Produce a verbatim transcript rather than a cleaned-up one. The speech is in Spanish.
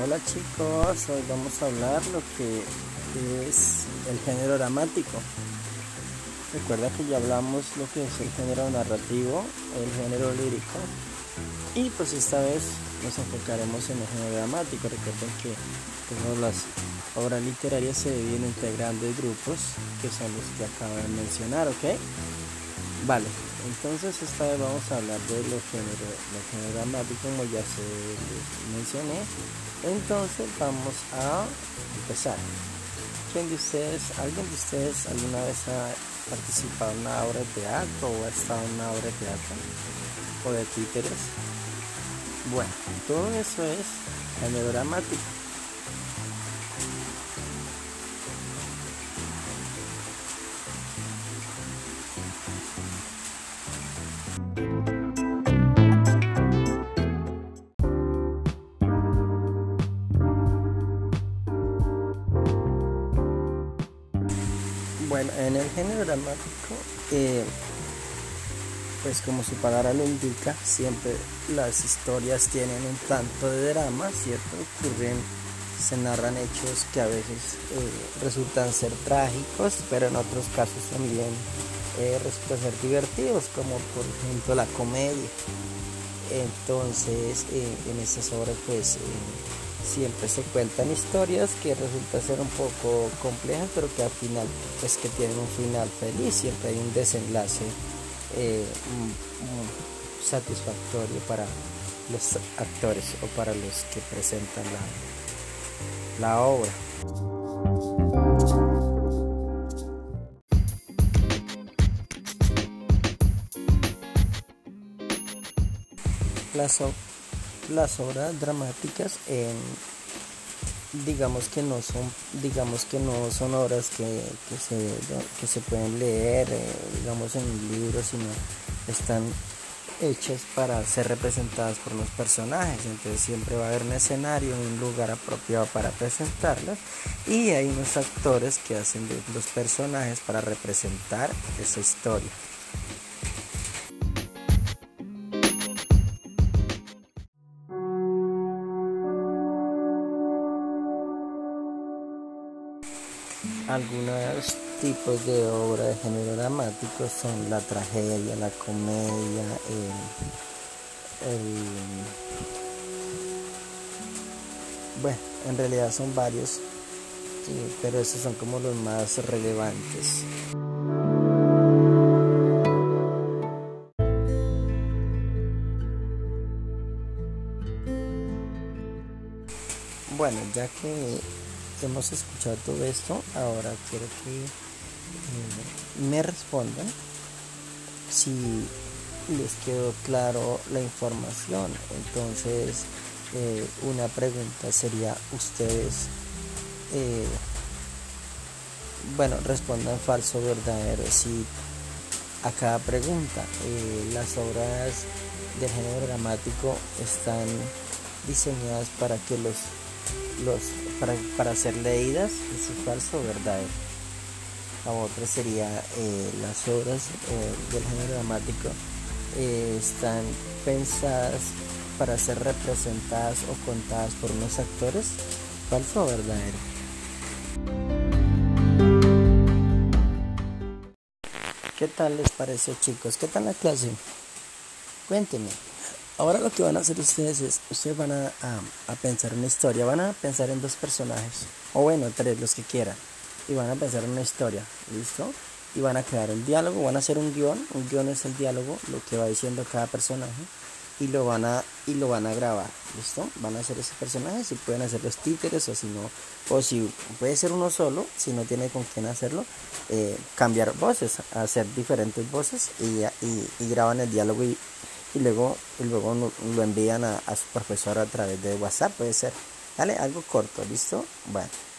Hola chicos, hoy vamos a hablar lo que es el género dramático. Recuerda que ya hablamos lo que es el género narrativo, el género lírico, y pues esta vez nos enfocaremos en el género dramático. Recuerden que todas las obras literarias se dividen entre grandes grupos, que son los que acabo de mencionar, ¿ok? Vale, entonces esta vez vamos a hablar de los géneros, los géneros dramáticos, como ya se les mencioné. Entonces vamos a empezar. ¿Quién de ustedes, alguien de ustedes alguna vez ha participado en una obra de teatro o ha estado en una obra de teatro o de títeres? Bueno, todo eso es género dramático. Bueno, en el género dramático, eh, pues como su palabra lo indica, siempre las historias tienen un tanto de drama, ¿cierto? Ocurren, se narran hechos que a veces eh, resultan ser trágicos, pero en otros casos también eh, resultan ser divertidos, como por ejemplo la comedia. Entonces, eh, en estas obras, pues... Eh, siempre se cuentan historias que resultan ser un poco complejas, pero que al final pues que tienen un final feliz. Siempre hay un desenlace eh, muy satisfactorio para los actores o para los que presentan la, la obra. Las, las obras dramáticas eh, digamos que no son digamos que no son obras que, que se que se pueden leer eh, digamos en un libro, sino están hechas para ser representadas por los personajes. Entonces siempre va a haber un escenario, un lugar apropiado para presentarlas, y hay unos actores que hacen de los personajes para representar esa historia. Algunos tipos de obra de género dramático son la tragedia, la comedia, el, el, bueno, en realidad son varios, sí, pero esos son como los más relevantes. Bueno, ya que hemos escuchado todo esto, ahora quiero que eh, me respondan si les quedó claro la información. Entonces, eh, una pregunta sería: ustedes, eh, bueno, respondan falso o verdadero si a cada pregunta. Eh, las obras del género dramático están diseñadas para que los los para, para ser leídas. ¿Eso es falso o verdadero? La otra sería eh, las obras eh, del género dramático eh, están pensadas para ser representadas o contadas por unos actores. ¿Falso o verdadero? ¿Qué tal les pareció, chicos? ¿Qué tal la clase? Cuéntenme. Ahora lo que van a hacer ustedes es, ustedes van a, a, a pensar una historia, van a pensar en dos personajes, o bueno, tres, los que quieran, y van a pensar en una historia, ¿listo? Y van a crear un diálogo, van a hacer un guión, un guión es el diálogo, lo que va diciendo cada personaje, y lo van a, y lo van a grabar, ¿listo? Van a hacer ese personaje, si pueden hacer los títeres, o si no, o si puede ser uno solo, si no tiene con quién hacerlo, eh, cambiar voces, hacer diferentes voces, y, y, y graban el diálogo y y luego, y luego lo envían a, a su profesor a través de WhatsApp, puede ser. Dale, algo corto, ¿listo? Bueno.